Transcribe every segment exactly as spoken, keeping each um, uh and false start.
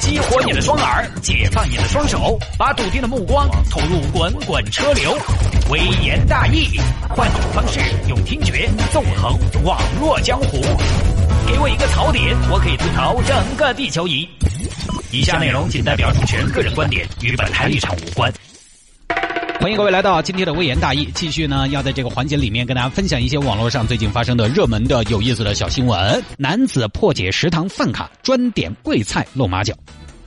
激活你的双耳，解放你的双手，把笃定的目光投入滚滚车流。微言大义，换种方式用听觉纵横网络江湖。给我一个槽点，我可以吐槽整个地球仪。以下内容仅代表主持人个人观点，与本台立场无关。欢迎各位来到今天的微言大义，继续呢要在这个环节里面跟大家分享一些网络上最近发生的热门的有意思的小新闻。男子破解食堂饭卡，专点贵菜露马脚。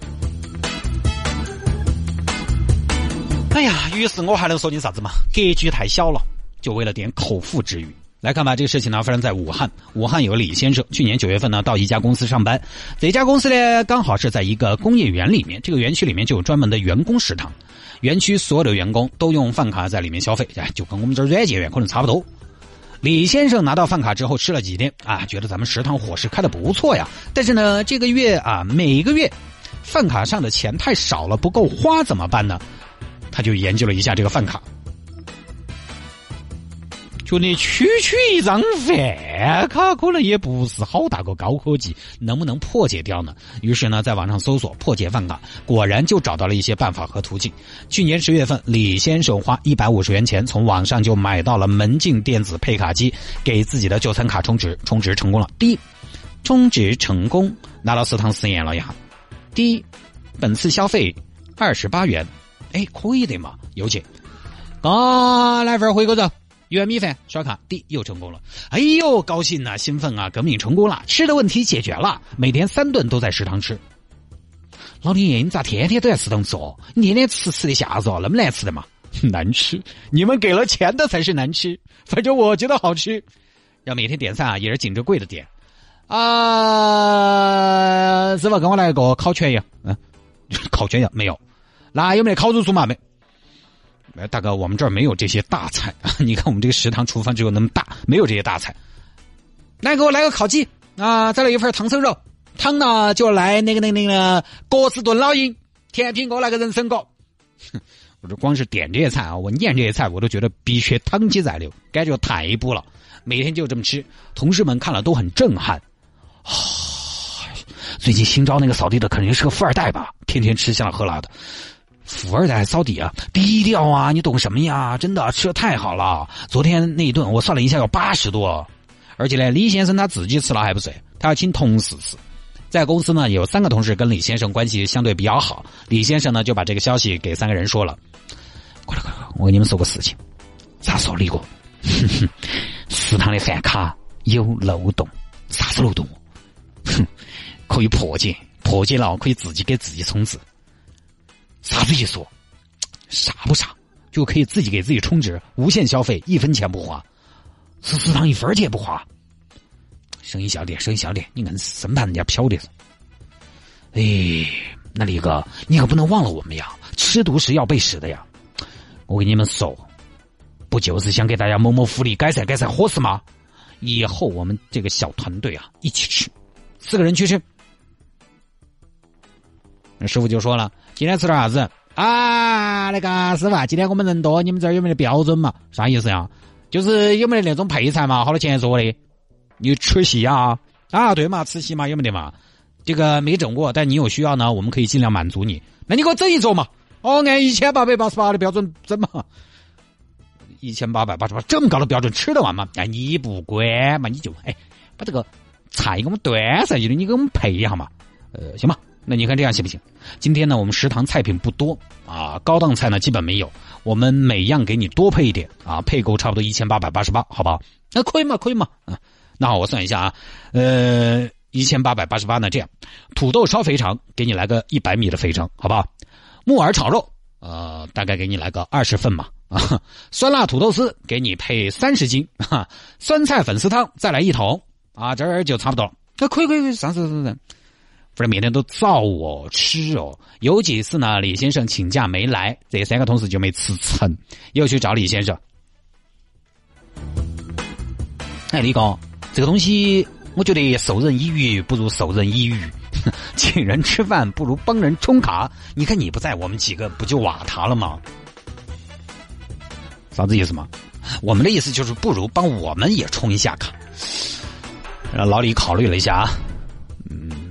哎呀，于是我还能说你啥子嘛？格局太小了，就为了点口腹之欲。来看吧，这个事情呢发生在武汉。武汉有个李先生，去年九月份呢到一家公司上班，这家公司呢刚好是在一个工业园里面，这个园区里面就有专门的员工食堂，园区所有的员工都用饭卡在里面消费，就跟我们这软件园可能差不多。李先生拿到饭卡之后吃了几天啊，觉得咱们食堂伙食开得不错呀，但是呢这个月啊每个月饭卡上的钱太少了，不够花怎么办呢？他就研究了一下这个饭卡，就你区区一张饭卡可能也不是好大个高科技，能不能破解掉呢？于是呢在网上搜索破解饭卡，果然就找到了一些办法和途径。去年十月份，李先生花一百五十元钱从网上就买到了门禁电子配卡机，给自己的就餐卡充值，充值成功了。第一，充值成功，拿到食堂实验了一下。第一，本次消费二十八元，哎，可以的嘛，有解。啊，来份回锅肉。一碗米饭刷卡，第又成功了。哎呦，高兴啊，兴奋啊，革命成功了，吃的问题解决了，每天三顿都在食堂吃。老李，你咋天天都在食堂吃哦？你天天吃吃得下子哦，那么难吃的嘛？难吃，你们给了钱的才是难吃，反正我觉得好吃。要每天点菜啊，也是紧着贵的点啊。师傅，跟我来个烤全羊。嗯，烤全羊没有。那有没有烤乳猪嘛？没。大哥，我们这儿没有这些大菜啊！你看我们这个食堂厨房只有那么大，没有这些大菜。来，给我来个烤鸡啊！再来一份糖醋肉，汤呢就来那个那个那个锅子炖老鹰，甜品给我来个人参果。我这光是点这些菜啊，我念这些菜我都觉得鼻血淌起在流，感觉太补了。每天就这么吃，同事们看了都很震撼。啊，最近新招那个扫地的肯定是个富二代吧？天天吃香了喝辣的。富二代扫地啊，低调啊，你懂什么呀？真的吃的太好了，昨天那一顿我算了一下要八十多，而且呢，李先生他自己吃了还不睡，他要请同事吃。在公司呢，有三个同事跟李先生关系相对比较好，李先生呢就把这个消息给三个人说了。快来快来，我跟你们说个事情。咋说李哥？食堂的饭卡有漏洞。啥子漏洞？哼，可以破解，破解了可以自己给自己充值。啥子意思？傻不傻？就可以自己给自己充值，无限消费，一分钱不花，是食堂一分钱不花。声音小点，声音小点，你看生怕人家飘的。哎，那李哥，你可不能忘了我们呀！吃独食要备食的呀！我跟你们说，不就是想给大家谋谋福利，改善改善伙食吗？以后我们这个小团队啊，一起吃，四个人去吃。那师傅就说了，今天吃点啥子啊？那个师傅啊，今天我们人多，你们这儿有没有标准嘛？啥意思呀？就是有没有那种配菜嘛？好多钱做的？你吃席啊？啊，对嘛，吃席嘛，有没得嘛？这个没整过，但你有需要呢，我们可以尽量满足你。那你给我整一桌嘛？哦，按一千八百八十八的标准整嘛？一千八百八十八这么高的标准吃得完吗？哎，你不管嘛，你就哎把这个菜给我们端上去的，你给我们配一下嘛？呃，行吧。那你看这样行不行？今天呢，我们食堂菜品不多啊，高档菜呢基本没有，我们每样给你多配一点啊，配够差不多一千八百八十八，好不好？那可以吗？可以吗？啊，那好，我算一下啊，呃，一千八百八十八呢，这样，土豆烧肥肠给你来个一百米的肥肠，好不好？木耳炒肉，呃，大概给你来个二十份嘛，啊，酸辣土豆丝给你配三十斤，哈，酸菜粉丝汤再来一桶，啊，这儿就差不多了。那可以可以可以，上上上上。不然每天都造哦吃哦，有几次呢李先生请假没来，这三个同事就没吃成，又去找李先生。哎，李哥，这个东西我觉得授人以鱼不如授人以渔，请人吃饭不如帮人充卡，你看你不在，我们几个不就瓦塌了吗？啥子意思吗？我们的意思就是不如帮我们也充一下卡。老李考虑了一下啊，嗯。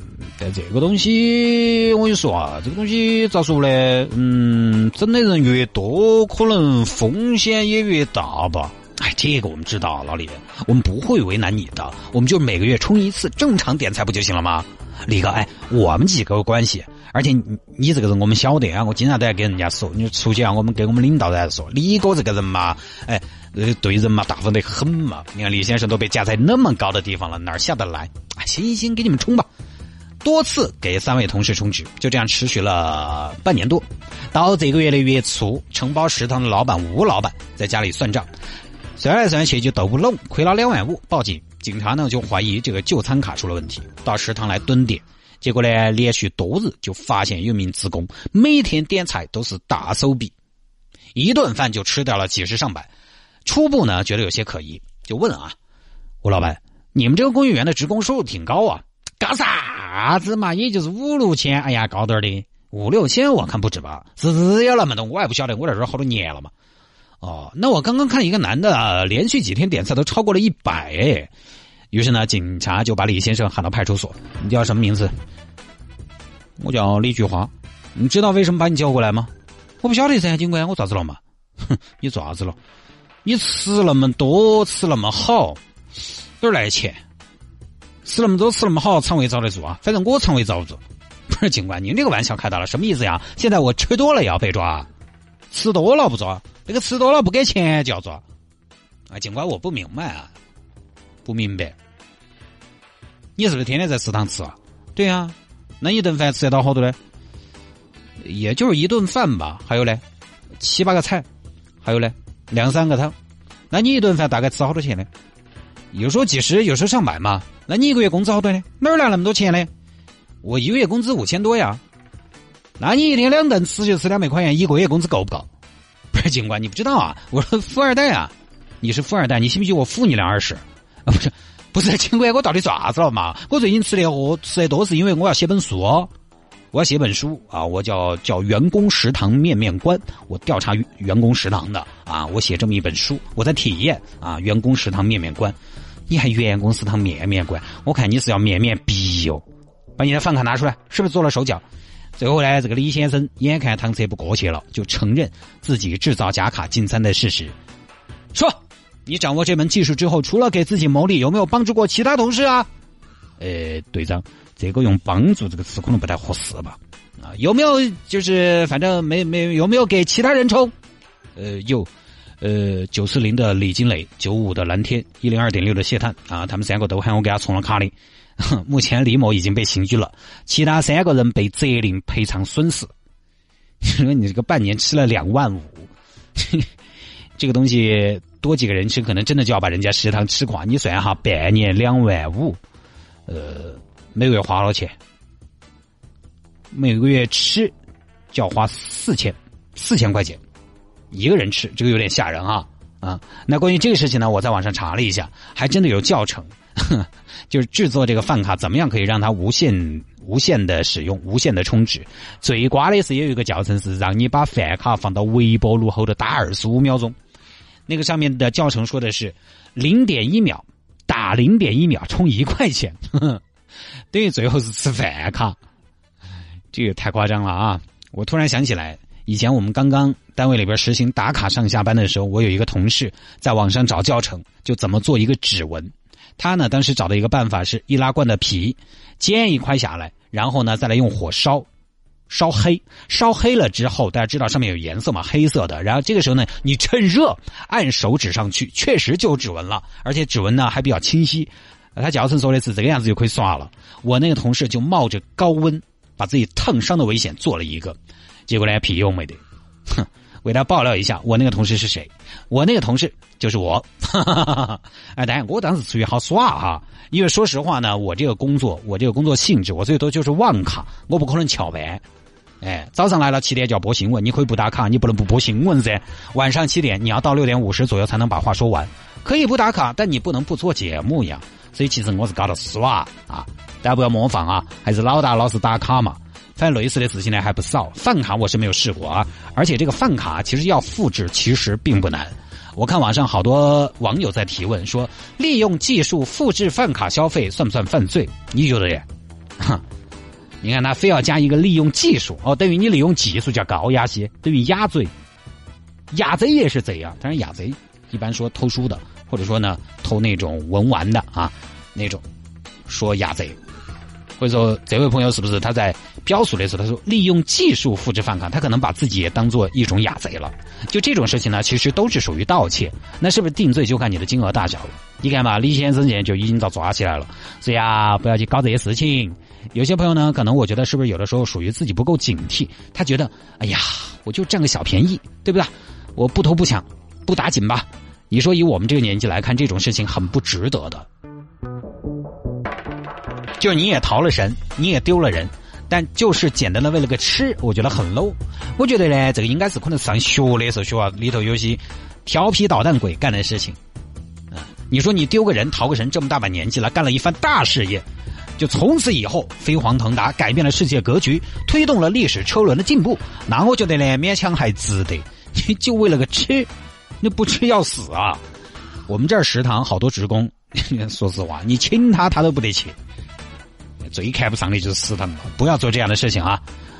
但这个东西我跟你说啊，这个东西咋说呢？嗯，整的人越多，可能风险也越大吧。哎，这个我们知道，老李，我们不会为难你的，我们就每个月充一次，正常点菜不就行了吗？李哥，哎，我们几个有关系，而且你你这个人我们晓得啊，我经常都要跟人家说，你出去啊，我们给我们领导在说，李哥这个人嘛，哎，呃，对人嘛大方得很嘛。你看李先生都被架在那么高的地方了，哪下得来？哎，行行，给你们充吧。多次给三位同事充值，就这样持续了半年多。到这个月的月初，承包食堂的老板吴老板在家里算账，算来算去就斗不拢，亏了两万五，报警。警察呢就怀疑这个就餐卡出了问题，到食堂来蹲点。结果呢，连续多日就发现有名职工每天点菜都是大手笔，一顿饭就吃掉了几十上百。初步呢觉得有些可疑，就问啊，吴老板，你们这个公寓园的职工收入挺高啊？干啥子嘛，也就是五六千，哎呀，高点的五六千我看不止吧？只有那么多，我也不晓得，我在这儿好多年了嘛。哦，那我刚刚看一个男的、啊、连续几天点菜都超过了一百哎。于是呢，警察就把李先生喊到派出所。你叫什么名字？我叫李菊花。你知道为什么把你叫过来吗？我不晓得噻，警官，我咋子了嘛？哼，你咋子了？你吃那么多，吃那么好，哪儿来钱？吃那么多，吃那么好，肠胃遭得住啊？反正我肠胃遭不住。不是警官，您这个玩笑开大了，什么意思呀？现在我吃多了也要被抓，吃多了不抓，那个吃多了不给钱就要抓。啊，警官，我不明白啊，不明白。你是不是天天在食堂吃啊？对啊，那一顿饭吃得到好多呢？也就是一顿饭吧。还有呢，七八个菜，还有呢，两三个汤。那你一顿饭大概吃好多钱呢？有时候几十，有时候上百嘛。那你一个月工资好多呢？哪儿来那么多钱呢？我一个月工资五千多呀。那你一天两顿吃就吃两百块钱，一个月工资够不够？不是警官，你不知道啊，我说富二代啊。你是富二代，你信不信我付你两二十？啊，不是，不是警官，我到底咋子了嘛？我最近吃的我吃的多是因为我要写本书哦，我要写本书啊，我叫叫员工食堂面面观，我调查员工食堂的啊，我写这么一本书，我在体验啊，员工食堂面面观。你还员工食堂面面观？我看你是要面面逼哟！把你的饭卡拿出来，是不是做了手脚？最后呢，这个李先生眼看堂车不过去了，就承认自己制造假卡进餐的事实。说，你掌握这门技术之后，除了给自己谋利，有没有帮助过其他同事啊？呃，队长，这个用帮助这个词可能不太合适吧？啊，有没有就是反正没没有没有给其他人充？呃，有。呃，九四零的李金磊，九五的蓝天，一零二点六的谢探啊，他们三个都喊我给他充了卡的。目前李某已经被刑拘了，其他三个人被责令赔偿损失。你说你这个半年吃了两万五，这个东西多几个人吃，可能真的就要把人家食堂吃垮。你算哈，半年两万五，呃，每个月花了钱，每个月吃就要花四千，四千块钱。一个人吃，这个有点吓人啊啊！那关于这个事情呢，我在网上查了一下，还真的有教程，呵呵，就是制作这个饭卡怎么样可以让它无限无限的使用，无限的充值。最瓜的是也有一个教程是让你把饭卡放到微波炉后头打二十五秒钟，那个上面的教程说的是零点一秒打零点一秒充一块钱，呵呵，等于最后是吃饭卡，这个太夸张了啊！我突然想起来。以前我们刚刚单位里边实行打卡上下班的时候，我有一个同事在网上找教程，就怎么做一个指纹。他呢当时找的一个办法是易拉罐的皮煎一块下来，然后呢再来用火烧，烧黑，烧黑了之后，大家知道上面有颜色嘛，黑色的。然后这个时候呢，你趁热按手指上去，确实就有指纹了，而且指纹呢还比较清晰。他教程说的是这个样子就可以刷了。我那个同事就冒着高温把自己烫伤的危险做了一个。结果呢，屁用没得，哼！为大家爆料一下，我那个同事是谁？我那个同事就是我，哈哈哈哈！哎，当然我当时出于好耍哈，因为说实话呢，我这个工作，我这个工作性质，我最多就是忘卡，我不可能翘班。哎，早上来了七点就要播新闻，你可以不打卡，你不能不播新闻噻。晚上七点你要到六点五十左右才能把话说完，可以不打卡，但你不能不做节目呀。所以其实我是搞的耍啊，大家不要模仿啊，还是老大老实打卡嘛。反正类似的事情呢还不少，饭卡我是没有试过啊，而且这个饭卡其实要复制其实并不难。我看网上好多网友在提问说，利用技术复制饭卡消费算不算犯罪？你觉得耶？ 你看他非要加一个利用技术哦，等于你利用技术叫高雅些，等于雅贼。雅贼也是贼啊，当然雅贼一般说偷书的，或者说呢偷那种文玩的啊，那种说雅贼。或者说这位朋友是不是他在表述的时候他说利用技术复制反抗，他可能把自己也当做一种雅贼了。就这种事情呢，其实都是属于盗窃，那是不是定罪就看你的金额大小了。你看嘛，李先生现在就已经遭抓起来了，所以啊不要去搞这些事情。有些朋友呢，可能我觉得是不是有的时候属于自己不够警惕，他觉得哎呀我就占个小便宜，对不对？我不偷不抢不打紧吧。你说以我们这个年纪来看，这种事情很不值得的。就你也逃了神，你也丢了人，但就是简单的为了个吃，我觉得很 low。 我觉得呢，这个应该是可能上学的时候学校里头有些调皮捣蛋鬼干的事情。嗯，你说你丢个人逃个神，这么大把年纪了，干了一番大事业，就从此以后飞黄腾达，改变了世界格局，推动了历史车轮的进步，那我觉得呢勉强还值得。你就为了个吃，那不吃要死啊。我们这儿食堂好多职工说实话你请他他都不得去，最看不上的就是食堂了，不要做这样的事情啊！